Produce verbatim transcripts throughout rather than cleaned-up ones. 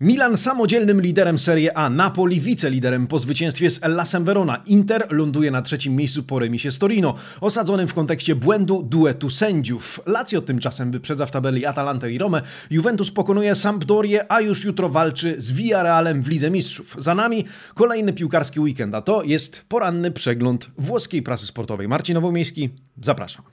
Milan samodzielnym liderem Serie A, Napoli wiceliderem po zwycięstwie z Hellasem Verona, Inter ląduje na trzecim miejscu po remisie z Torino, osadzonym w kontekście błędu duetu sędziów. Lazio tymczasem wyprzedza w tabeli Atalantę i Romę, Juventus pokonuje Sampdorię, a już jutro walczy z Villarrealem w Lidze Mistrzów. Za nami kolejny piłkarski weekend, a to jest poranny przegląd włoskiej prasy sportowej. Marcin Nowomiejski, zapraszam.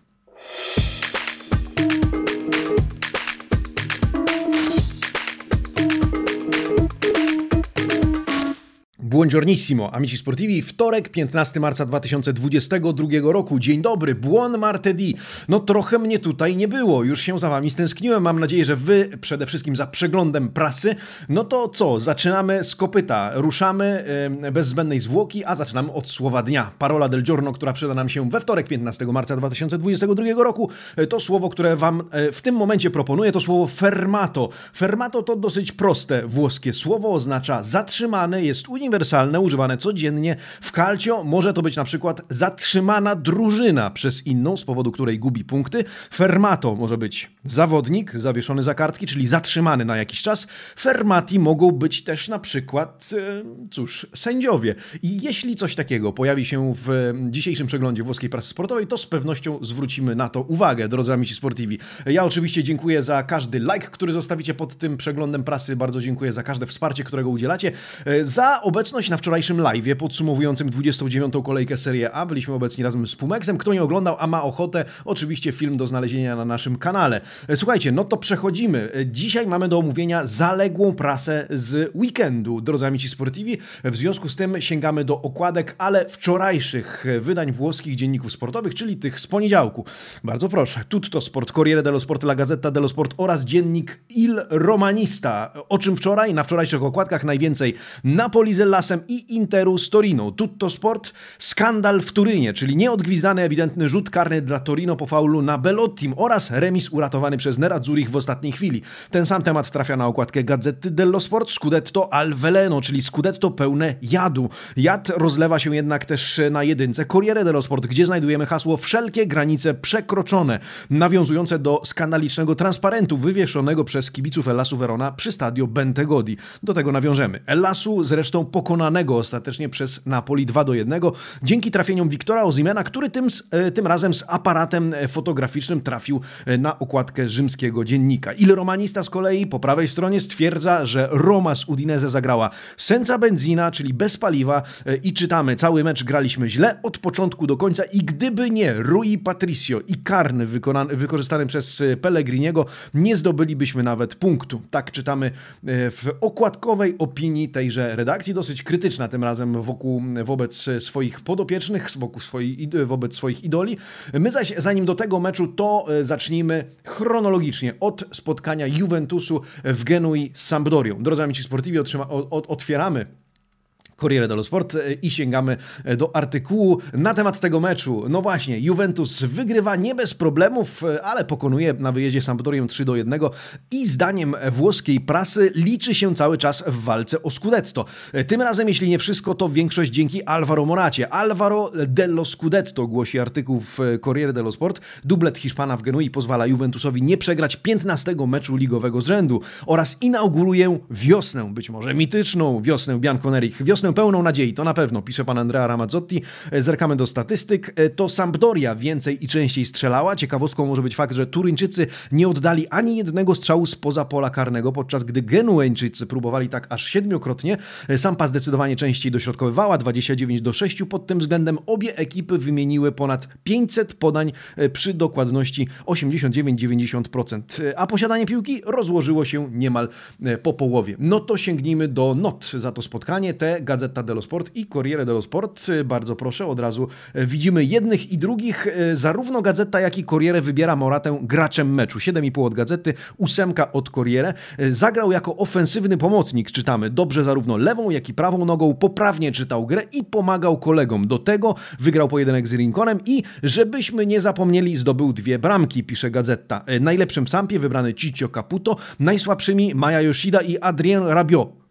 Buongiornissimo, amici sportivi, wtorek, piętnastego marca dwa tysiące dwudziestego drugiego roku. Dzień dobry, buon martedì. No trochę mnie tutaj nie było, już się za wami stęskniłem, mam nadzieję, że wy przede wszystkim za przeglądem prasy. No to co, zaczynamy z kopyta, ruszamy yy, bez zbędnej zwłoki, a zaczynamy od słowa dnia. Parola del giorno, która przyda nam się we wtorek, piętnastego marca dwa tysiące dwudziestego drugiego roku. To słowo, które wam yy, w tym momencie proponuję, to słowo fermato. Fermato to dosyć proste włoskie słowo, oznacza zatrzymany, jest uniwersalny, używane codziennie. W calcio może to być na przykład zatrzymana drużyna przez inną, z powodu której gubi punkty. Fermato może być zawodnik zawieszony za kartki, czyli zatrzymany na jakiś czas. Fermati mogą być też na przykład, cóż, sędziowie. I jeśli coś takiego pojawi się w dzisiejszym przeglądzie włoskiej prasy sportowej, to z pewnością zwrócimy na to uwagę, drodzy amici sportivi. Ja oczywiście dziękuję za każdy like, który zostawicie pod tym przeglądem prasy. Bardzo dziękuję za każde wsparcie, którego udzielacie. Za obecność na wczorajszym live'ie podsumowującym dwudziestą dziewiątą kolejkę Serie A. Byliśmy obecni razem z Pumeksem. Kto nie oglądał, a ma ochotę, oczywiście film do znalezienia na naszym kanale. Słuchajcie, no to przechodzimy. Dzisiaj mamy do omówienia zaległą prasę z weekendu, drodzy amici sportivi. W związku z tym sięgamy do okładek, ale wczorajszych wydań włoskich dzienników sportowych, czyli tych z poniedziałku. Bardzo proszę. Tutto Sport, Corriere dello Sport, La Gazzetta dello Sport oraz dziennik Il Romanista. O czym wczoraj? Na wczorajszych okładkach najwięcej Napoli z Hellasem i Interu z Torino. Tutto Sport, skandal w Turynie, czyli nieodgwizdany ewidentny rzut karny dla Torino po faulu na Belottim oraz remis uratowany przez Nerazzurich w ostatniej chwili. Ten sam temat trafia na okładkę Gazzety dello Sport, Scudetto al veleno, czyli Scudetto pełne jadu. Jad rozlewa się jednak też na jedynce Corriere dello Sport, gdzie znajdujemy hasło wszelkie granice przekroczone, nawiązujące do skandalicznego transparentu wywieszonego przez kibiców Hellasu Verona przy stadio Bentegodi. Do tego nawiążemy. Hellasu zresztą pokonanego ostatecznie przez Napoli dwa do jednego dzięki trafieniom Wiktora Osimena, który tym, tym razem z aparatem fotograficznym trafił na okładkę rzymskiego dziennika. Il Romanista z kolei po prawej stronie stwierdza, że Roma z Udinese zagrała senza benzina, czyli bez paliwa, i czytamy: cały mecz graliśmy źle od początku do końca i gdyby nie Rui Patricio i karny wykonany, wykorzystany przez Pellegriniego, nie zdobylibyśmy nawet punktu. Tak czytamy w okładkowej opinii tejże redakcji, dosyć krytyczna tym razem wokół, wobec swoich podopiecznych, wokół swoi, wobec swoich idoli. My zaś zanim do tego meczu, to zacznijmy chronologicznie od spotkania Juventusu w Genui z Sampdorią. Drodzy amici sportivi, otrzyma, od, otwieramy Corriere dello Sport i sięgamy do artykułu na temat tego meczu. No właśnie, Juventus wygrywa nie bez problemów, ale pokonuje na wyjeździe Sampdorię trzy do jednego i zdaniem włoskiej prasy liczy się cały czas w walce o Scudetto. Tym razem, jeśli nie wszystko, to większość dzięki Alvaro Moracie. Alvaro dello Scudetto, głosi artykuł w Corriere dello Sport. Dublet Hiszpana w Genui pozwala Juventusowi nie przegrać piętnastego meczu ligowego z rzędu oraz inauguruje wiosnę, być może mityczną wiosnę Bianconerich. Wiosnę pełną nadziei, to na pewno, pisze pan Andrea Ramazzotti. Zerkamy do statystyk. To Sampdoria więcej i częściej strzelała. Ciekawostką może być fakt, że Turyńczycy nie oddali ani jednego strzału spoza pola karnego, podczas gdy Genueńczycy próbowali tak aż siedmiokrotnie. Sampa zdecydowanie częściej dośrodkowywała, dwadzieścia dziewięć do sześciu pod tym względem. Obie ekipy wymieniły ponad pięćset podań przy dokładności osiemdziesiąt dziewięć do dziewięćdziesięciu procent, a posiadanie piłki rozłożyło się niemal po połowie. No to sięgnijmy do not za to spotkanie. Te Gazzetta dello Sport i Corriere dello Sport. Bardzo proszę, od razu widzimy jednych i drugich. Zarówno Gazeta, jak i Corriere wybiera Moratę graczem meczu. siedem i pół od Gazety, ósemka od Corriere. Zagrał jako ofensywny pomocnik, czytamy. Dobrze zarówno lewą, jak i prawą nogą, poprawnie czytał grę i pomagał kolegom. Do tego wygrał pojedynek z Rinconem i, żebyśmy nie zapomnieli, zdobył dwie bramki, pisze Gazeta. Najlepszym Sampie wybrany Ciccio Caputo, najsłabszymi Maya Yoshida i Adrien Rabiot.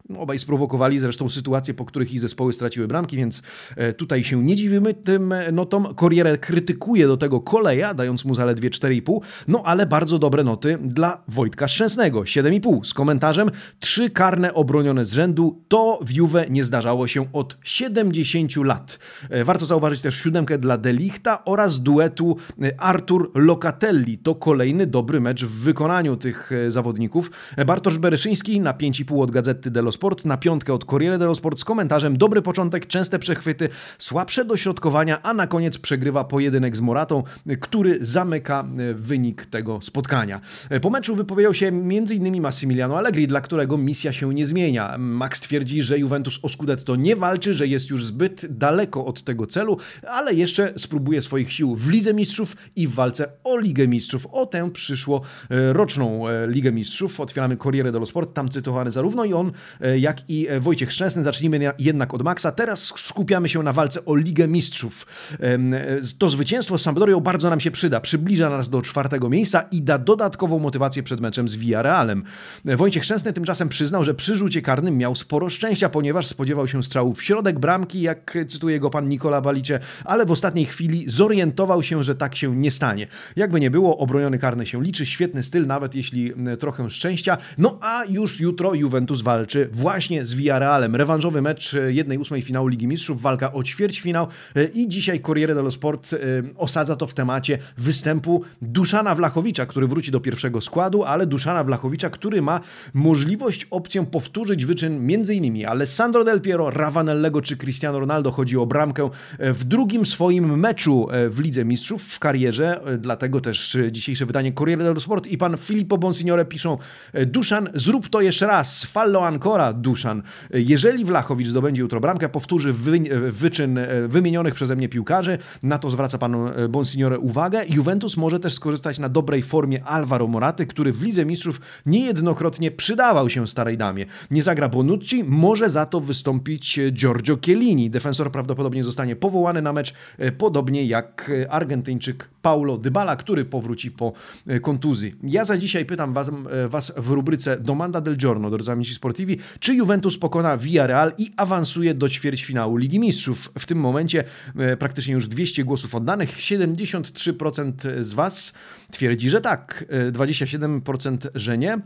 Obaj sprowokowali zresztą sytuacje, po których ich zespoły straciły bramki, więc tutaj się nie dziwimy tym notom. Corriere krytykuje do tego Koleja, dając mu zaledwie cztery i pół, no ale bardzo dobre noty dla Wojtka Szczęsnego, siedem i pół, z komentarzem: trzy karne obronione z rzędu, to w Juve nie zdarzało się od siedemdziesięciu lat. Warto zauważyć też siódemkę dla De Lichta oraz duetu Artur Locatelli. To kolejny dobry mecz w wykonaniu tych zawodników. Bartosz Bereszyński na pięć i pół od Gazety dello Sport, na piątkę od Corriere dello Sport z komentarzem: dobry początek, częste przechwyty, słabsze dośrodkowania, a na koniec przegrywa pojedynek z Moratą, który zamyka wynik tego spotkania. Po meczu wypowiedział się między innymi Massimiliano Allegri, dla którego misja się nie zmienia. Max twierdzi, że Juventus o Scudetto nie walczy, że jest już zbyt daleko od tego celu, ale jeszcze spróbuje swoich sił w Lidze Mistrzów i w walce o Ligę Mistrzów, o tę przyszłoroczną Ligę Mistrzów. Otwieramy Corriere dello Sport, tam cytowany zarówno i on, jak i Wojciech Szczęsny. Zacznijmy jednak od Maxa. Teraz skupiamy się na walce o Ligę Mistrzów. To zwycięstwo z Sampdorią bardzo nam się przyda. Przybliża nas do czwartego miejsca i da dodatkową motywację przed meczem z Villarrealem. Wojciech Szczęsny tymczasem przyznał, że przy rzucie karnym miał sporo szczęścia, ponieważ spodziewał się strzału w środek bramki, jak cytuje go pan Nicola Balice, ale w ostatniej chwili zorientował się, że tak się nie stanie. Jakby nie było, obroniony karny się liczy, świetny styl, nawet jeśli trochę szczęścia. No a już jutro Juventus walczy właśnie z Villarrealem. Rewanżowy mecz jednej ósmej finału Ligi Mistrzów, walka o ćwierćfinał i dzisiaj Corriere dello Sport osadza to w temacie występu Duszana Vlachowicza, który wróci do pierwszego składu, ale Duszana Vlachowicza, który ma możliwość, opcję powtórzyć wyczyn między innymi Alessandro Del Piero, Ravanellego czy Cristiano Ronaldo. Chodzi o bramkę w drugim swoim meczu w Lidze Mistrzów w karierze, dlatego też dzisiejsze wydanie Corriere dello Sport i pan Filippo Bonsignore piszą: Duszan, zrób to jeszcze raz, fallo ancora, Duszan. Jeżeli Vlachowicz zdobędzie jutro bramkę, powtórzy wy, wyczyn wymienionych przeze mnie piłkarzy, na to zwraca pan Bonsignore uwagę. Juventus może też skorzystać na dobrej formie Alvaro Moraty, który w Lidze Mistrzów niejednokrotnie przydawał się starej damie. Nie zagra Bonucci, może za to wystąpić Giorgio Chiellini. Defensor prawdopodobnie zostanie powołany na mecz, podobnie jak Argentyńczyk Paulo Dybala, który powróci po kontuzji. Ja za dzisiaj pytam was, was w rubryce Domanda del Giorno, drodzy amici sportivi, czy Juventus pokona Villarreal i awansuje do ćwierćfinału Ligi Mistrzów? W tym momencie praktycznie już dwieście głosów oddanych, siedemdziesiąt trzy procent z was twierdzi, że tak, dwadzieścia siedem procent, że nie.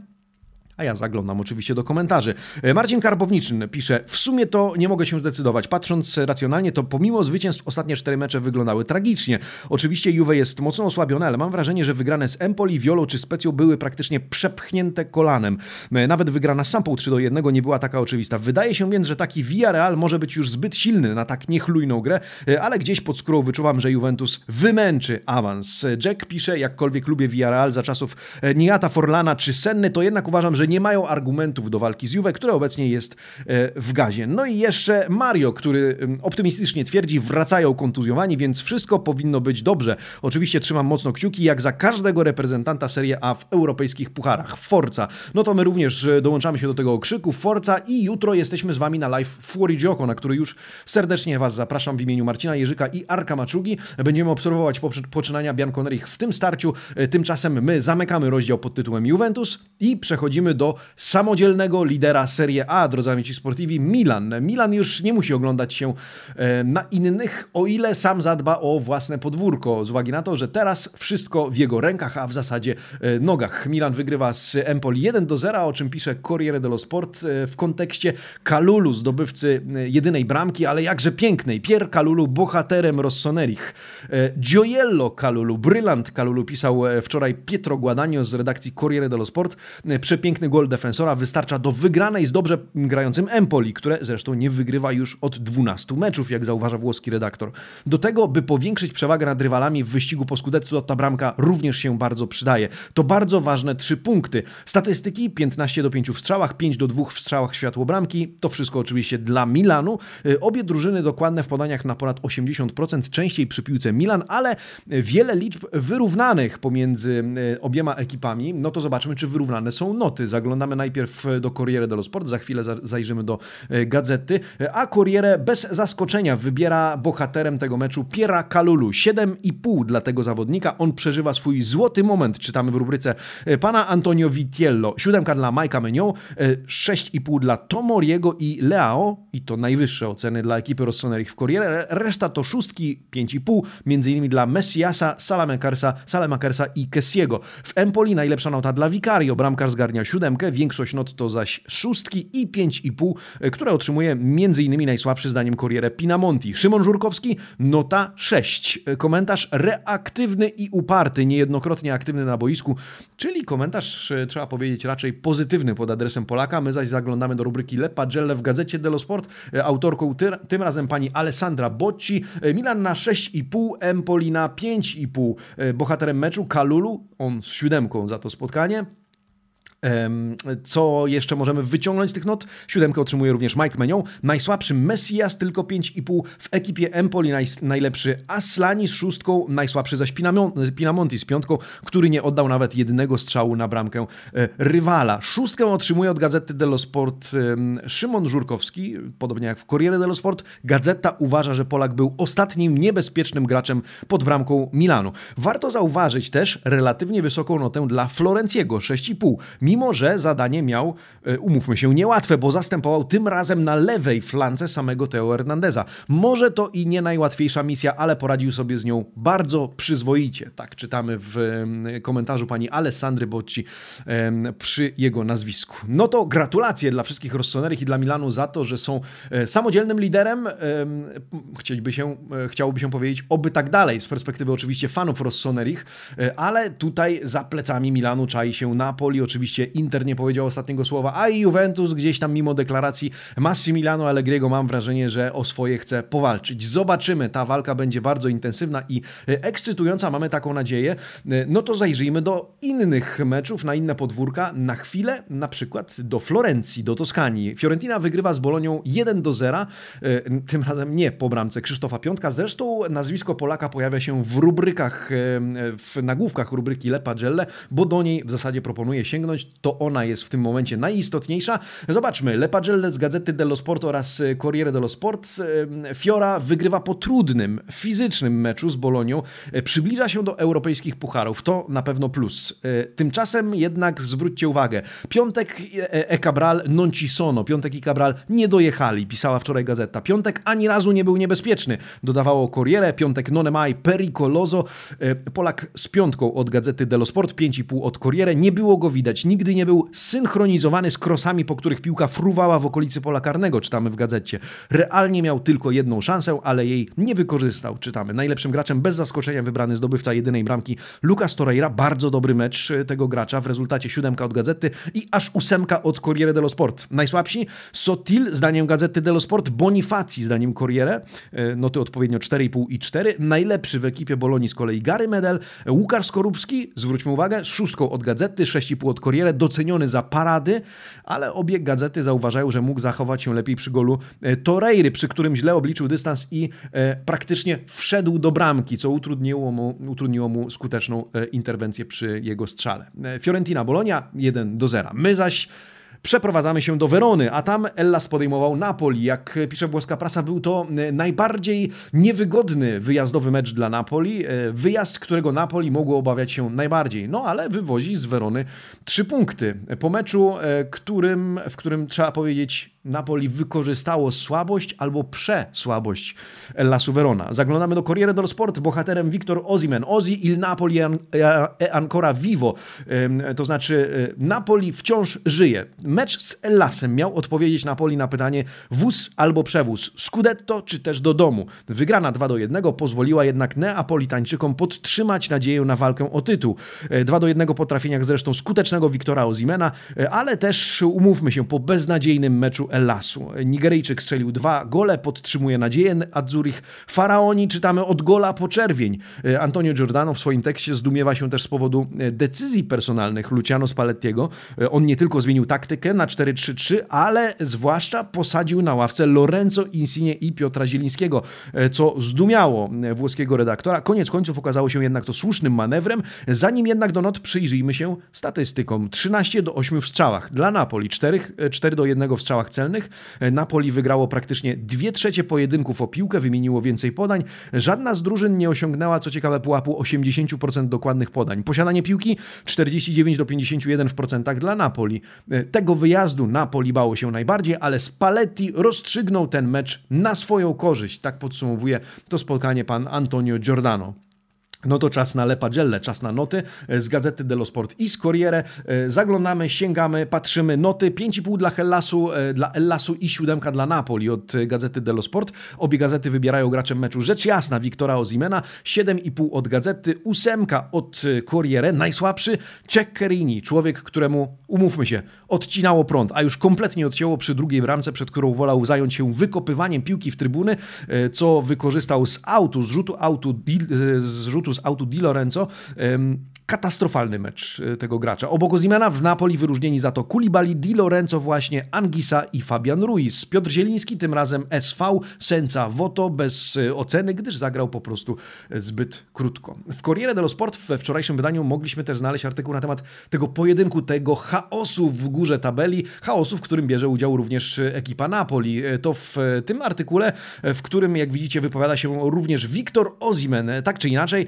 A ja zaglądam oczywiście do komentarzy. Marcin Karbowniczyn pisze: w sumie to nie mogę się zdecydować. Patrząc racjonalnie, to pomimo zwycięstw ostatnie cztery mecze wyglądały tragicznie. Oczywiście Juve jest mocno osłabione, ale mam wrażenie, że wygrane z Empoli, Violą czy Specją były praktycznie przepchnięte kolanem. Nawet wygrana z Sampą trzy do jednego nie była taka oczywista. Wydaje się więc, że taki Villarreal może być już zbyt silny na tak niechlujną grę, ale gdzieś pod skórą wyczuwam, że Juventus wymęczy awans. Jack pisze: jakkolwiek lubię Villarreal za czasów Niata, Forlana czy Senny, to jednak uważam, że nie mają argumentów do walki z Juve, które obecnie jest w gazie. No i jeszcze Mario, który optymistycznie twierdzi: wracają kontuzjowani, więc wszystko powinno być dobrze. Oczywiście trzymam mocno kciuki, jak za każdego reprezentanta Serie A w europejskich pucharach. Forza. No to my również dołączamy się do tego okrzyku Forza i jutro jesteśmy z wami na live Fuori Gioco, na który już serdecznie was zapraszam w imieniu Marcina Jerzyka i Arka Maczugi. Będziemy obserwować poczynania Bianconerich w tym starciu. Tymczasem my zamykamy rozdział pod tytułem Juventus i przechodzimy do samodzielnego lidera Serie A, drodzy amici sportivi, Milan. Milan już nie musi oglądać się na innych, o ile sam zadba o własne podwórko, z uwagi na to, że teraz wszystko w jego rękach, a w zasadzie nogach. Milan wygrywa z Empoli jeden do zera, o czym pisze Corriere dello Sport w kontekście Kalulu, zdobywcy jedynej bramki, ale jakże pięknej. Pier Kalulu, bohaterem Rossonerich. Gioiello Kalulu, brylant Kalulu, pisał wczoraj Pietro Guadagno z redakcji Corriere dello Sport. Przepiękny gol defensora wystarcza do wygranej z dobrze grającym Empoli, które zresztą nie wygrywa już od dwunastu meczów, jak zauważa włoski redaktor. Do tego, by powiększyć przewagę nad rywalami w wyścigu po Scudetto, ta bramka również się bardzo przydaje. To bardzo ważne trzy punkty. Statystyki: piętnaście do pięciu w strzałach, pięć do dwóch w strzałach światło bramki. To wszystko oczywiście dla Milanu. Obie drużyny dokładne w podaniach na ponad osiemdziesiąt procent, częściej przy piłce Milan, ale wiele liczb wyrównanych pomiędzy obiema ekipami. No to zobaczmy, czy wyrównane są noty. Zaglądamy najpierw do Corriere dello Sport, za chwilę zajrzymy do Gazety, a Corriere bez zaskoczenia wybiera bohaterem tego meczu Piera Kalulu. siedem i pół dla tego zawodnika. On przeżywa swój złoty moment, czytamy w rubryce pana Antonio Vitiello. Siódemka dla Mike'a Mignon, sześć i pół dla Tomoriego i Leao i to najwyższe oceny dla ekipy Rossoneri w Corriere. Reszta to szóstki, pięć i pół, między innymi dla Messiasa, Salamakersa, Salamakersa i Kessiego. W Empoli najlepsza nota dla Vicario. Bramkarz zgarnia siódemkę, większość not to zaś szóstki i pięć i pół, które otrzymuje między innymi najsłabszy zdaniem Corriere Pinamonti. Szymon Żurkowski, nota sześć. Komentarz reaktywny i uparty, niejednokrotnie aktywny na boisku, czyli komentarz, trzeba powiedzieć, raczej pozytywny pod adresem Polaka. My zaś zaglądamy do rubryki Le Pagelle w Gazecie dello Sport. Autorką ty, tym razem pani Alessandra Bocci. Milan na sześć i pół, Empoli na pięć i pół. Bohaterem meczu Kalulu, on z siódemką za to spotkanie. Co jeszcze możemy wyciągnąć z tych not? Siódemkę otrzymuje również Mike Mignon. Najsłabszy Messias, tylko pięć i pół. W ekipie Empoli naj, najlepszy Aslani z szóstką, najsłabszy zaś Pinamonti z piątką, który nie oddał nawet jednego strzału na bramkę rywala. Szóstkę otrzymuje od Gazety dello Sport Szymon Żurkowski, podobnie jak w Corriere dello Sport. Gazeta uważa, że Polak był ostatnim niebezpiecznym graczem pod bramką Milanu. Warto zauważyć też relatywnie wysoką notę dla Florenciego, sześć i pół. Mimo że zadanie miał, umówmy się, niełatwe, bo zastępował tym razem na lewej flance samego Theo Hernandeza. Może to i nie najłatwiejsza misja, ale poradził sobie z nią bardzo przyzwoicie. Tak czytamy w komentarzu pani Alessandry Bocci przy jego nazwisku. No to gratulacje dla wszystkich Rossonerich i dla Milanu za to, że są samodzielnym liderem. Chcieliby się, chciałoby się powiedzieć, oby tak dalej, z perspektywy oczywiście fanów Rossonerich, ale tutaj za plecami Milanu czai się Napoli, oczywiście Inter nie powiedział ostatniego słowa, a i Juventus gdzieś tam mimo deklaracji Massimiliano Allegriego mam wrażenie, że o swoje chce powalczyć. Zobaczymy, ta walka będzie bardzo intensywna i ekscytująca, mamy taką nadzieję. No to zajrzyjmy do innych meczów, na inne podwórka, na chwilę, na przykład do Florencji, do Toskanii. Fiorentina wygrywa z Bolonią jeden do zera, tym razem nie po bramce Krzysztofa Piątka, zresztą nazwisko Polaka pojawia się w rubrykach, w nagłówkach rubryki Le Pagelle, bo do niej w zasadzie proponuje sięgnąć, to ona jest w tym momencie najistotniejsza. Zobaczmy, Le Pagelle z Gazety dello Sport oraz Corriere dello Sport. Fiora wygrywa po trudnym, fizycznym meczu z Bolonią, przybliża się do europejskich pucharów, to na pewno plus. Tymczasem jednak zwróćcie uwagę, Piątek e Cabral non ci sono, Piątek i Cabral nie dojechali, pisała wczoraj Gazeta. Piątek ani razu nie był niebezpieczny, dodawało Corriere, Piątek non è mai pericoloso. Polak z piątką od Gazety dello Sport, pięć i pół od Corriere, nie było go widać, nigdy nie był synchronizowany z krosami, po których piłka fruwała w okolicy pola karnego, czytamy w Gazecie. Realnie miał tylko jedną szansę, ale jej nie wykorzystał, czytamy. Najlepszym graczem bez zaskoczenia wybrany zdobywca jedynej bramki Lucas Torreira, bardzo dobry mecz tego gracza, w rezultacie siódemka od Gazety i aż ósemka od Corriere dello Sport. Najsłabsi Sotil, zdaniem Gazety dello Sport, Bonifaci, zdaniem Corriere, noty odpowiednio cztery i pół i cztery. Najlepszy w ekipie Bolonii z kolei Gary Medel, Łukasz Skorupski, zwróćmy uwagę, z szóstką od Gazety, sześć i pół od Corriere, doceniony za parady, ale obie Gazety zauważają, że mógł zachować się lepiej przy golu Torreiry, przy którym źle obliczył dystans i e, praktycznie wszedł do bramki, co utrudniło mu, utrudniło mu skuteczną e, interwencję przy jego strzale. E, Fiorentina Bologna jeden do zera. My zaś przeprowadzamy się do Werony, a tam Hellas podejmował Napoli. Jak pisze włoska prasa, był to najbardziej niewygodny wyjazdowy mecz dla Napoli. Wyjazd, którego Napoli mogło obawiać się najbardziej. No ale wywozi z Werony trzy punkty. Po meczu, którym, w którym trzeba powiedzieć, Napoli wykorzystało słabość albo przesłabość Hellasu Verona. Zaglądamy do Corriere dello Sport. Bohaterem Victor Osimhen. Osi il Napoli è ancora vivo. To znaczy Napoli wciąż żyje. Mecz z Hellasem miał odpowiedzieć Napoli na pytanie wóz albo przewóz, Scudetto czy też do domu. Wygrana dwa do jednego pozwoliła jednak Neapolitańczykom podtrzymać nadzieję na walkę o tytuł. dwa do jednego po trafieniach zresztą skutecznego Wiktora Osimhena, ale też umówmy się, po beznadziejnym meczu Ellasu. Nigeryjczyk strzelił dwa gole, podtrzymuje nadzieję Azzurich. Faraoni czytamy od gola po czerwień. Antonio Giordano w swoim tekście zdumiewa się też z powodu decyzji personalnych Luciano Spallettiego. On nie tylko zmienił taktykę na cztery trzy trzy, ale zwłaszcza posadził na ławce Lorenzo Insigne i Piotra Zielińskiego, co zdumiało włoskiego redaktora. Koniec końców okazało się jednak to słusznym manewrem. Zanim jednak do not przyjrzyjmy się statystykom. trzynaście do ośmiu w strzałach dla Napoli, cztery do jednego w strzałach celnych. Napoli wygrało praktycznie dwie trzecie pojedynków o piłkę, wymieniło więcej podań. Żadna z drużyn nie osiągnęła, co ciekawe, pułapu osiemdziesiąt procent dokładnych podań. Posiadanie piłki czterdzieści dziewięć do pięćdziesięciu jeden procent dla Napoli. Tego wyjazdu Napoli bało się najbardziej, ale Spalletti rozstrzygnął ten mecz na swoją korzyść. Tak podsumowuje to spotkanie pan Antonio Giordano. No to czas na Le Pagelle, czas na noty z Gazety dello Sport i z Corriere. Zaglądamy, sięgamy, patrzymy. Noty pięć i pół dla Hellasu, dla Ellasu i siódemka dla Napoli od Gazety dello Sport. Obie gazety wybierają graczem meczu rzecz jasna Wiktora Osimena. siedem i pół od Gazety, ósemka od Corriere. Najsłabszy Ceccherini, człowiek, któremu, umówmy się, odcinało prąd, a już kompletnie odcięło przy drugiej bramce, przed którą wolał zająć się wykopywaniem piłki w trybuny, co wykorzystał z autu, z rzutu autu, z rzutu z autu Di Lorenzo. Katastrofalny mecz tego gracza. Obok Osimena w Napoli wyróżnieni za to Koulibaly, Di Lorenzo właśnie, Anguissa i Fabian Ruiz. Piotr Zieliński tym razem S V, senza voto, bez oceny, gdyż zagrał po prostu zbyt krótko. W Corriere dello Sport we wczorajszym wydaniu mogliśmy też znaleźć artykuł na temat tego pojedynku, tego chaosu w górze tabeli, chaosu, w którym bierze udział również ekipa Napoli. To w tym artykule, w którym, jak widzicie, wypowiada się również Victor Osimhen. Tak czy inaczej,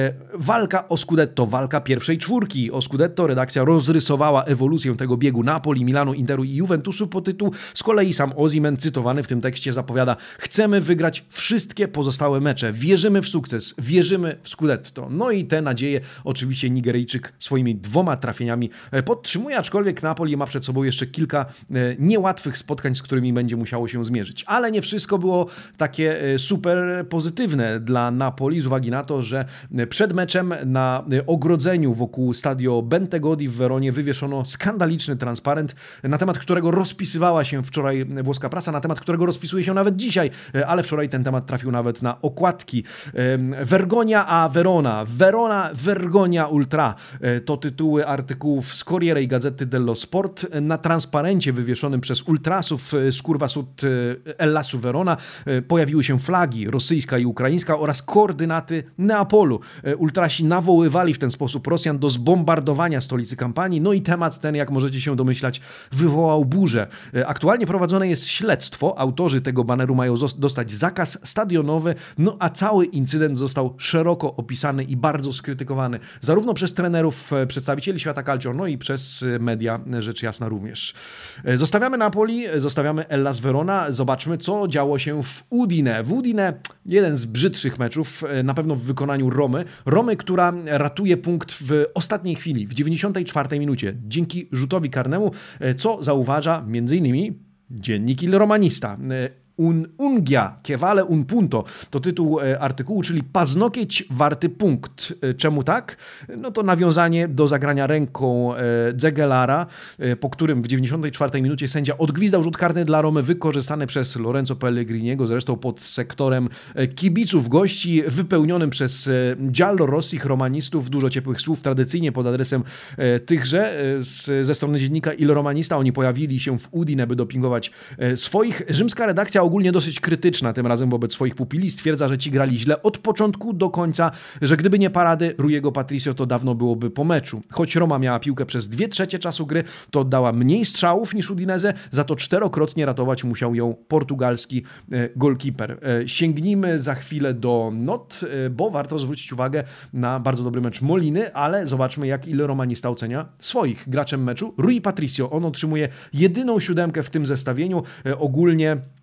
walka o Scudetto, walka pierwszej czwórki o Scudetto. Redakcja rozrysowała ewolucję tego biegu Napoli, Milanu, Interu i Juventusu po tytuł. Z kolei sam Osimhen, cytowany w tym tekście, zapowiada: chcemy wygrać wszystkie pozostałe mecze, wierzymy w sukces, wierzymy w Scudetto. No i te nadzieje oczywiście Nigeryjczyk swoimi dwoma trafieniami podtrzymuje, aczkolwiek Napoli ma przed sobą jeszcze kilka niełatwych spotkań, z którymi będzie musiało się zmierzyć. Ale nie wszystko było takie super pozytywne dla Napoli z uwagi na to, że przed meczem na ogrodzeniu wokół Stadio Bentegodi w Weronie wywieszono skandaliczny transparent, na temat którego rozpisywała się wczoraj włoska prasa, na temat którego rozpisuje się nawet dzisiaj, ale wczoraj ten temat trafił nawet na okładki. Vergonia a Verona, Verona, Vergonia Ultra to tytuły artykułów z Corriere i Gazety dello Sport. Na transparencie wywieszonym przez ultrasów z Curva Sud Ellasu Verona pojawiły się flagi rosyjska i ukraińska oraz koordynaty Neapolu. Ultrasi nawoływali w ten sposób Rosjan do zbombardowania stolicy kampanii, no i temat ten, jak możecie się domyślać, wywołał burzę. Aktualnie prowadzone jest śledztwo, autorzy tego baneru mają dostać zakaz stadionowy, no a cały incydent został szeroko opisany i bardzo skrytykowany, zarówno przez trenerów, przedstawicieli świata calcio, no i przez media, rzecz jasna również. Zostawiamy Napoli, zostawiamy Hellas Verona, zobaczmy, co działo się w Udine. W Udine jeden z brzydszych meczów, na pewno w wykonaniu Romy. Romy, która ratuje punkt w ostatniej chwili, w dziewięćdziesiątej czwartej minucie, dzięki rzutowi karnemu, co zauważa między innymi dziennik Il Romanista. Un unghia che vale un punto to tytuł artykułu, czyli paznokieć warty punkt. Czemu tak? No to nawiązanie do zagrania ręką Zegelara, po którym w dziewięćdziesiątej czwartej minucie sędzia odgwizdał rzut karny dla Romy, wykorzystany przez Lorenzo Pellegriniego, zresztą pod sektorem kibiców gości, wypełnionym przez giallo-rossich romanistów. Dużo ciepłych słów tradycyjnie pod adresem tychże z, ze strony dziennika Il Romanista. Oni pojawili się w Udine, by dopingować swoich. Rzymska redakcja ogólnie dosyć krytyczna tym razem wobec swoich pupili. Stwierdza, że ci grali źle od początku do końca, że gdyby nie parady Ruiego Patricio, to dawno byłoby po meczu. Choć Roma miała piłkę przez dwie trzecie czasu gry, to oddała mniej strzałów niż Udinese, za to czterokrotnie ratować musiał ją portugalski golkiper. Sięgnijmy za chwilę do not, bo warto zwrócić uwagę na bardzo dobry mecz Moliny, ale zobaczmy, jak Il Romanista ocenia swoich. Graczem meczu Rui Patricio. On otrzymuje jedyną siódemkę w tym zestawieniu. Ogólnie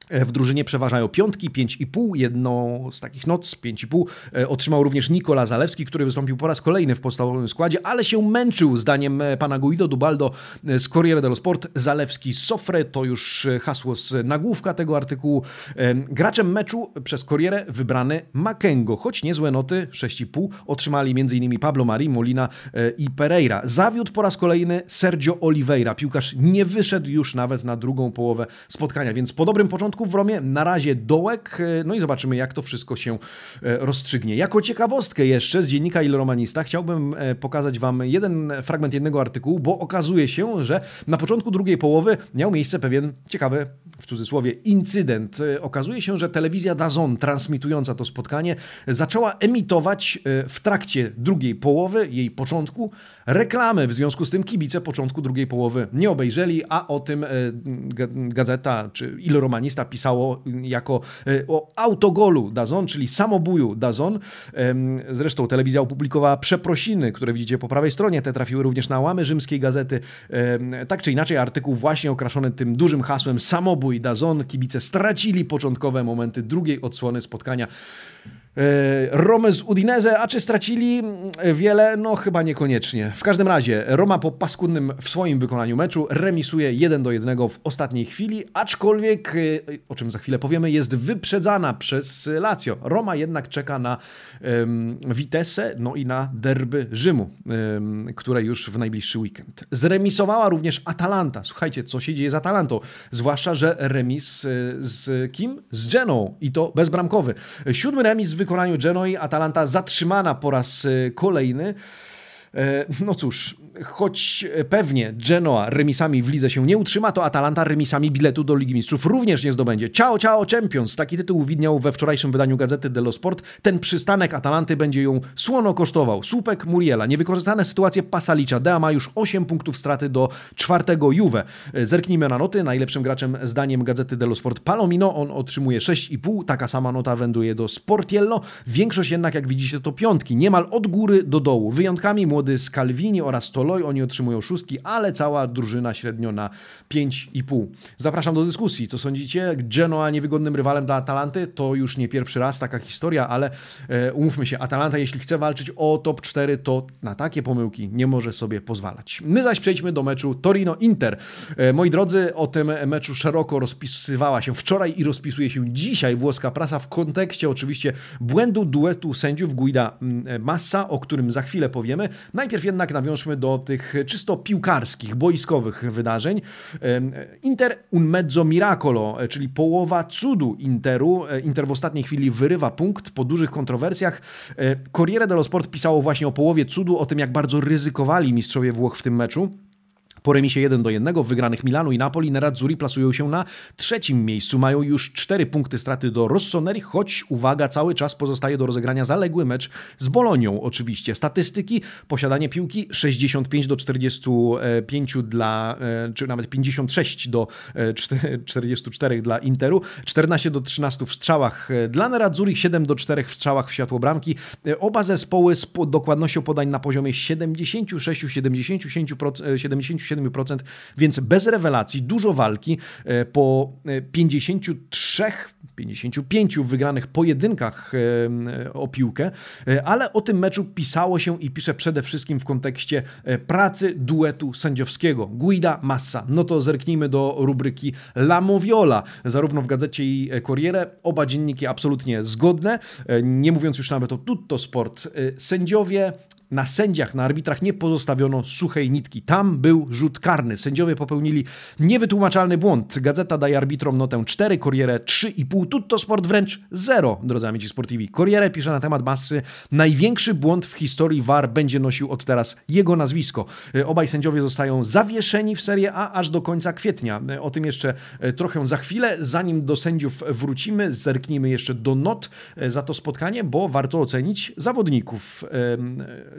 W drużynie przeważają piątki, pięć i pół. Jedną z takich noc, pięć i pół, otrzymał również Nikola Zalewski, który wystąpił po raz kolejny w podstawowym składzie, ale się męczył, zdaniem pana Guido Dubaldo z Corriere dello Sport. Zalewski Sofre to już hasło z nagłówka tego artykułu. Graczem meczu przez Corriere wybrany Makengo, choć niezłe noty, sześć i pół, otrzymali m.in. Pablo Mari, Molina i Pereira. Zawiódł po raz kolejny Sergio Oliveira. Piłkarz nie wyszedł już nawet na drugą połowę spotkania, więc po dobrym początku w Romie na razie dołek, no i zobaczymy, jak to wszystko się rozstrzygnie. Jako ciekawostkę jeszcze z dziennika Il Romanista chciałbym pokazać wam jeden fragment jednego artykułu, bo okazuje się, że na początku drugiej połowy miał miejsce pewien ciekawy, w cudzysłowie, incydent. Okazuje się, że telewizja D A Z N, transmitująca to spotkanie, zaczęła emitować w trakcie drugiej połowy, jej początku, reklamy. W związku z tym kibice początku drugiej połowy nie obejrzeli, a o tym gazeta czy Il Romanista pisało jako o autogolu D A Z N, czyli samobuju D A Z N. Zresztą telewizja opublikowała przeprosiny, które widzicie po prawej stronie. Te trafiły również na łamy rzymskiej gazety. Tak czy inaczej artykuł właśnie okraszony tym dużym hasłem samobój D A Z N. Kibice stracili początkowe momenty drugiej odsłony spotkania. Romę z Udinese, a czy stracili wiele? No chyba niekoniecznie. W każdym razie Roma po paskudnym w swoim wykonaniu meczu remisuje jeden do jednego w ostatniej chwili, aczkolwiek, o czym za chwilę powiemy, jest wyprzedzana przez Lazio. Roma jednak czeka na um, Vitesse, no i na derby Rzymu, um, które już w najbliższy weekend. Zremisowała również Atalanta. Słuchajcie, co się dzieje z Atalantą? Zwłaszcza, że remis z kim? Z Genoą i to bezbramkowy. Siódmy remis w wykonaniu Genoi, Atalanta zatrzymana po raz kolejny. No cóż, choć pewnie Genoa remisami w lidze się nie utrzyma, to Atalanta remisami biletu do Ligi Mistrzów również nie zdobędzie. Ciao, ciao Champions! Taki tytuł widniał we wczorajszym wydaniu Gazety dello Sport. Ten przystanek Atalanty będzie ją słono kosztował. Słupek Muriela, niewykorzystane sytuacje Pasalicza. Dea ma już osiem punktów straty do czwartego Juve. Zerknijmy na noty. Najlepszym graczem zdaniem Gazety dello Sport Palomino. On otrzymuje sześć i pół. Taka sama nota wędruje do Sportiello. Większość jednak, jak widzicie, to piątki. Niemal od góry do dołu. Wyjątkami młody Scalvini oraz Toloi, oni otrzymują szóstki, ale cała drużyna średnio na pięć i pół. Zapraszam do dyskusji. Co sądzicie? Genoa niewygodnym rywalem dla Atalanty? To już nie pierwszy raz taka historia, ale e, umówmy się, Atalanta jeśli chce walczyć o top cztery, to na takie pomyłki nie może sobie pozwalać. My zaś przejdźmy do meczu Torino-Inter. E, moi drodzy, o tym meczu szeroko rozpisywała się wczoraj i rozpisuje się dzisiaj włoska prasa w kontekście oczywiście błędu duetu sędziów Guida-Massa, o którym za chwilę powiemy. Najpierw jednak nawiążmy do tych czysto piłkarskich, boiskowych wydarzeń. Inter un mezzo miracolo, czyli połowa cudu Interu. Inter w ostatniej chwili wyrywa punkt po dużych kontrowersjach. Corriere dello Sport pisało właśnie o połowie cudu, o tym, jak bardzo ryzykowali mistrzowie Włoch w tym meczu. Po remisie jeden do jednego w wygranych Milanu i Napoli nerazzurri plasują się na trzecim miejscu. Mają już cztery punkty straty do Rossoneri, choć, uwaga, cały czas pozostaje do rozegrania zaległy mecz z Bolonią oczywiście. Statystyki, posiadanie piłki sześćdziesiąt pięć do czterdziestu pięciu dla, czy nawet pięćdziesiąt sześć do czterdziestu czterech dla Interu, czternaście do trzynastu w strzałach dla nerazzurri, siedem do czterech w strzałach w światło bramki. Oba zespoły z dokładnością podań na poziomie siedemdziesiąt sześć do siedemdziesięciu siedmiu procent, więc bez rewelacji, dużo walki po pięćdziesięciu trzech, pięćdziesięciu pięciu wygranych pojedynkach o piłkę, ale o tym meczu pisało się i pisze przede wszystkim w kontekście pracy duetu sędziowskiego Guida-Massa. No to zerknijmy do rubryki La Moviola, zarówno w gazecie i Corriere, oba dzienniki absolutnie zgodne, nie mówiąc już nawet o Tutto Sport. Sędziowie Na sędziach, na arbitrach nie pozostawiono suchej nitki. Tam był rzut karny. Sędziowie popełnili niewytłumaczalny błąd. Gazeta daje arbitrom notę cztery, Corriere trzy i pół, Tutto Sport wręcz zero, drodzy amici sportivi. Corriere pisze na temat Massy: największy błąd w historii V A R będzie nosił od teraz jego nazwisko. Obaj sędziowie zostają zawieszeni w Serie A aż do końca kwietnia. O tym jeszcze trochę za chwilę. Zanim do sędziów wrócimy, zerknijmy jeszcze do not za to spotkanie, bo warto ocenić zawodników.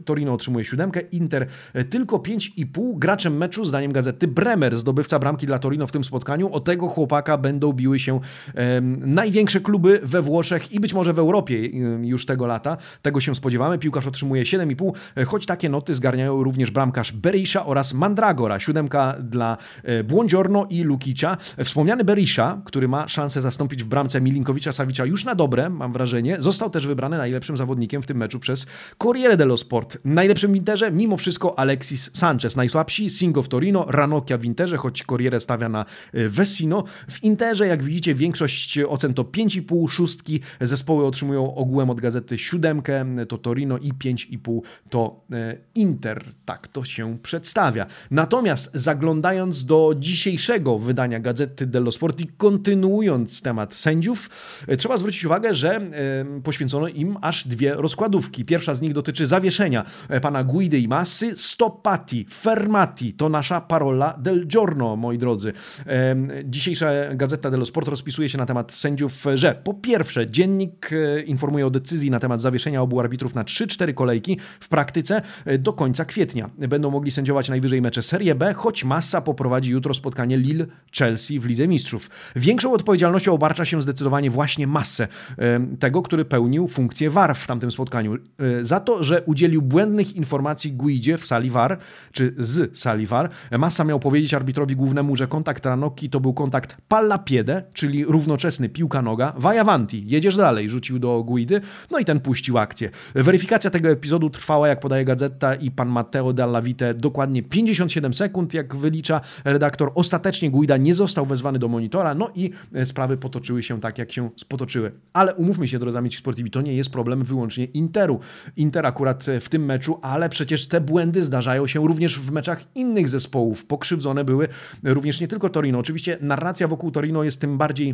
Torino otrzymuje siódemkę, Inter tylko pięć i pół. Graczem meczu, zdaniem gazety Bremer, zdobywca bramki dla Torino w tym spotkaniu. O tego chłopaka będą biły się e, największe kluby we Włoszech i być może w Europie e, już tego lata. Tego się spodziewamy. Piłkarz otrzymuje siedem i pół, e, choć takie noty zgarniają również bramkarz Berisha oraz Mandragora. Siódemka dla e, Buongiorno i Lukicia. Wspomniany Berisha, który ma szansę zastąpić w bramce Milinkowicza-Savicza już na dobre, mam wrażenie, został też wybrany najlepszym zawodnikiem w tym meczu przez Corriere dello Sport. Najlepszym w Interze mimo wszystko Alexis Sanchez. Najsłabsi Singo w Torino, Ranocchia w Interze, choć Corriere stawia na Vecino. W Interze, jak widzicie, większość ocen to pięć i pół, szóstki. Zespoły otrzymują ogółem od gazety siódemkę, to Torino i pięć i pół to Inter. Tak to się przedstawia. Natomiast zaglądając do dzisiejszego wydania gazety dello Sport i kontynuując temat sędziów, trzeba zwrócić uwagę, że poświęcono im aż dwie rozkładówki. Pierwsza z nich dotyczy zawieszenia pana Guidy i Massy. Stoppati, fermati, to nasza parola del giorno, moi drodzy. Dzisiejsza gazeta dello Sport rozpisuje się na temat sędziów, że po pierwsze dziennik informuje o decyzji na temat zawieszenia obu arbitrów na trzy cztery kolejki w praktyce do końca kwietnia. Będą mogli sędziować najwyżej mecze Serie B, choć Massa poprowadzi jutro spotkanie Lille-Chelsea w Lidze Mistrzów. Większą odpowiedzialnością obarcza się zdecydowanie właśnie Massę, tego, który pełnił funkcję V A R w tamtym spotkaniu. Za to, że udzielił błędnych informacji Guidzie w sali V A R, czy z sali V A R. Massa miał powiedzieć arbitrowi głównemu, że kontakt Ranocchi to był kontakt palla piede, czyli równoczesny piłka-noga. Vai avanti, jedziesz dalej, rzucił do Guidy, no i ten puścił akcję. Weryfikacja tego epizodu trwała, jak podaje gazeta i pan Matteo Dalla Vite, dokładnie pięćdziesiąt siedem sekund, jak wylicza redaktor. Ostatecznie Guida nie został wezwany do monitora, no i sprawy potoczyły się tak, jak się potoczyły. Ale umówmy się, drodzy amici sportivi, to nie jest problem wyłącznie Interu. Inter akurat w tym meczu, ale przecież te błędy zdarzają się również w meczach innych zespołów. Pokrzywdzone były również nie tylko Torino. Oczywiście narracja wokół Torino jest tym bardziej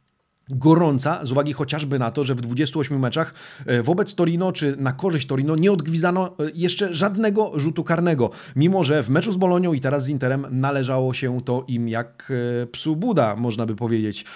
gorąca z uwagi chociażby na to, że w dwudziestu ośmiu meczach wobec Torino czy na korzyść Torino nie odgwizdano jeszcze żadnego rzutu karnego, mimo że w meczu z Bolonią i teraz z Interem należało się to im jak psu Buda, można by powiedzieć.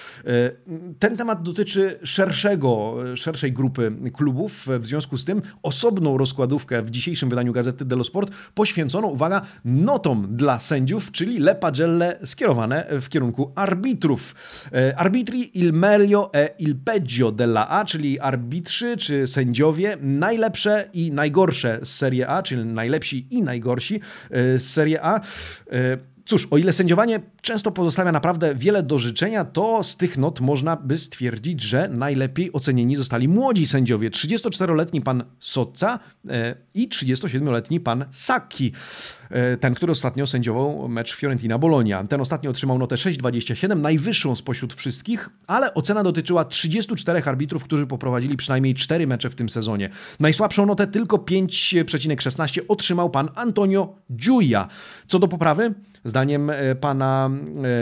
Ten temat dotyczy szerszego, szerszej grupy klubów, w związku z tym osobną rozkładówkę w dzisiejszym wydaniu gazety dello Sport poświęcono, uwaga, notom dla sędziów, czyli le pagelle skierowane w kierunku arbitrów. Arbitri il meglio e il peggio della A, czyli arbitrzy czy sędziowie, najlepsze i najgorsze z Serie A, czyli najlepsi i najgorsi z Serie A. Cóż, o ile sędziowanie często pozostawia naprawdę wiele do życzenia, to z tych not można by stwierdzić, że najlepiej ocenieni zostali młodzi sędziowie. trzydziestoczteroletni pan Sozza i trzydziestosiedmioletni pan Sacchi. Ten, który ostatnio sędziował mecz Fiorentina-Bologna. Ten ostatnio otrzymał notę sześć przecinek dwadzieścia siedem, najwyższą spośród wszystkich, ale ocena dotyczyła trzydziestu czterech arbitrów, którzy poprowadzili przynajmniej cztery mecze w tym sezonie. Najsłabszą notę, tylko pięć przecinek szesnaście, otrzymał pan Antonio Giulia. Co do poprawy, zdaniem pana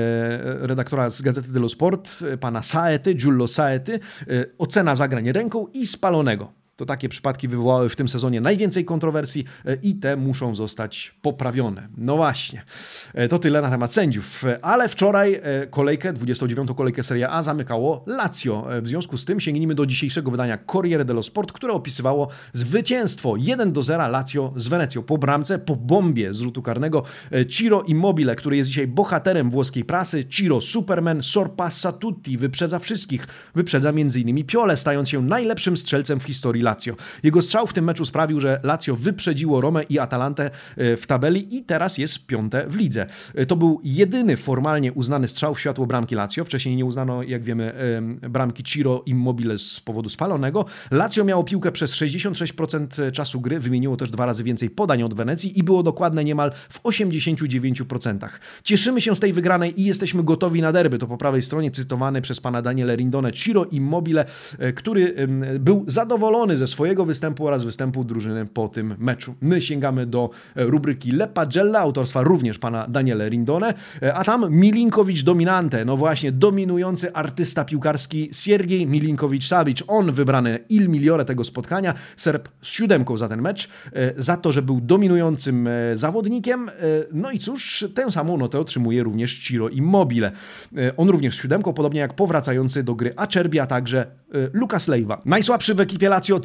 e, redaktora z Gazety dello Sport, pana Saety, Giulio Saety, e, ocena zagrań ręką i spalonego. To takie przypadki wywołały w tym sezonie najwięcej kontrowersji i te muszą zostać poprawione. No właśnie, to tyle na temat sędziów. Ale wczoraj kolejkę, dwudziestą dziewiątą kolejkę Serie A zamykało Lazio. W związku z tym sięgnijmy do dzisiejszego wydania Corriere dello Sport, które opisywało zwycięstwo jeden do zera Lazio z Wenecją. Po bramce, po bombie z rzutu karnego Ciro Immobile, który jest dzisiaj bohaterem włoskiej prasy. Ciro Superman sorpassa tutti, wyprzedza wszystkich. Wyprzedza między innymi Piole, stając się najlepszym strzelcem w historii Lazio. Jego strzał w tym meczu sprawił, że Lazio wyprzedziło Romę i Atalantę w tabeli i teraz jest piąte w lidze. To był jedyny formalnie uznany strzał w światło bramki Lazio. Wcześniej nie uznano, jak wiemy, bramki Ciro Immobile z powodu spalonego. Lazio miało piłkę przez sześćdziesiąt sześć procent czasu gry, wymieniło też dwa razy więcej podań od Wenecji i było dokładne niemal w osiemdziesięciu dziewięciu procentach. Cieszymy się z tej wygranej i jesteśmy gotowi na derby. To po prawej stronie cytowany przez pana Daniele Rindone Ciro Immobile, który był zadowolony ze swojego występu oraz występu drużyny po tym meczu. My sięgamy do rubryki Le Pagelle, autorstwa również pana Daniele Rindone, a tam Milinkowicz dominante, no właśnie, dominujący artysta piłkarski Siergiej Milinkowicz-Savic. On wybrany il migliore tego spotkania, Serb z siódemką za ten mecz, za to, że był dominującym zawodnikiem. No i cóż, tę samą notę otrzymuje również Ciro Immobile. On również z siódemką, podobnie jak powracający do gry Acerbi, a także Lucas Leiva. Najsłabszy w ekipie Lazio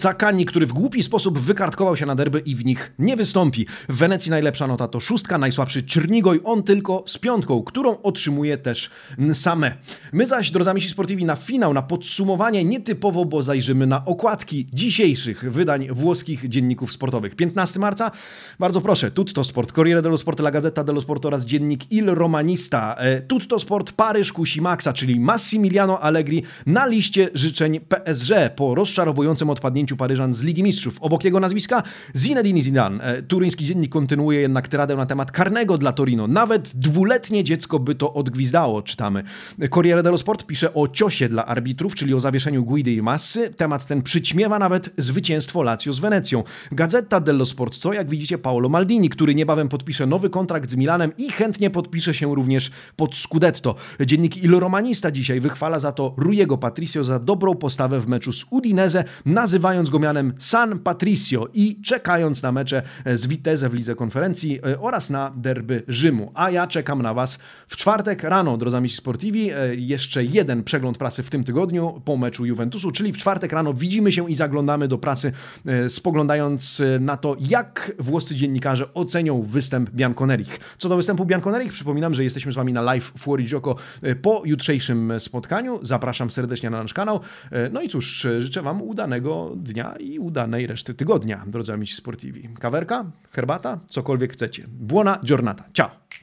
Zaccagni, który w głupi sposób wykartkował się na derby i w nich nie wystąpi. W Wenecji najlepsza nota to szóstka, najsłabszy Czernigoj, on tylko z piątką, którą otrzymuje też Nsame. My zaś, drodzy amici sportivi, na finał, na podsumowanie nietypowo, bo zajrzymy na okładki dzisiejszych wydań włoskich dzienników sportowych. piętnastego marca, bardzo proszę, Tutto Sport, Corriere dello Sport, La Gazzetta dello Sport oraz dziennik Il Romanista. Tutto Sport, Paryż kusi Maxa, czyli Massimiliano Allegri na liście życzeń P S G po rozczarowującym odpadnięciu Paryżan z Ligi Mistrzów. Obok jego nazwiska Zinedine Zidane. Turyński dziennik kontynuuje jednak tyradę na temat karnego dla Torino. Nawet dwuletnie dziecko by to odgwizdało, czytamy. Corriere dello Sport pisze o ciosie dla arbitrów, czyli o zawieszeniu Guidy i Massy. Temat ten przyćmiewa nawet zwycięstwo Lazio z Wenecją. Gazzetta dello Sport to, jak widzicie, Paolo Maldini, który niebawem podpisze nowy kontrakt z Milanem i chętnie podpisze się również pod Scudetto. Dziennik Il Romanista dzisiaj wychwala za to Ruiego Patricio za dobrą postawę w meczu z Udinese, nazywając go mianem San Patricio i czekając na mecze z Vitesse w Lidze Konferencji oraz na derby Rzymu. A ja czekam na Was w czwartek rano, drodzy amici sportivi. Jeszcze jeden przegląd prasy w tym tygodniu po meczu Juventusu, czyli w czwartek rano widzimy się i zaglądamy do prasy, spoglądając na to, jak włoscy dziennikarze ocenią występ Bianconerich. Co do występu Bianconerich, przypominam, że jesteśmy z Wami na live Fuori Gioco po jutrzejszym spotkaniu. Zapraszam serdecznie na nasz kanał. No i cóż, życzę Wam udanego dnia i udanej reszty tygodnia, drodzy amici sportivi. Kawerka, herbata, cokolwiek chcecie. Buona giornata. Ciao!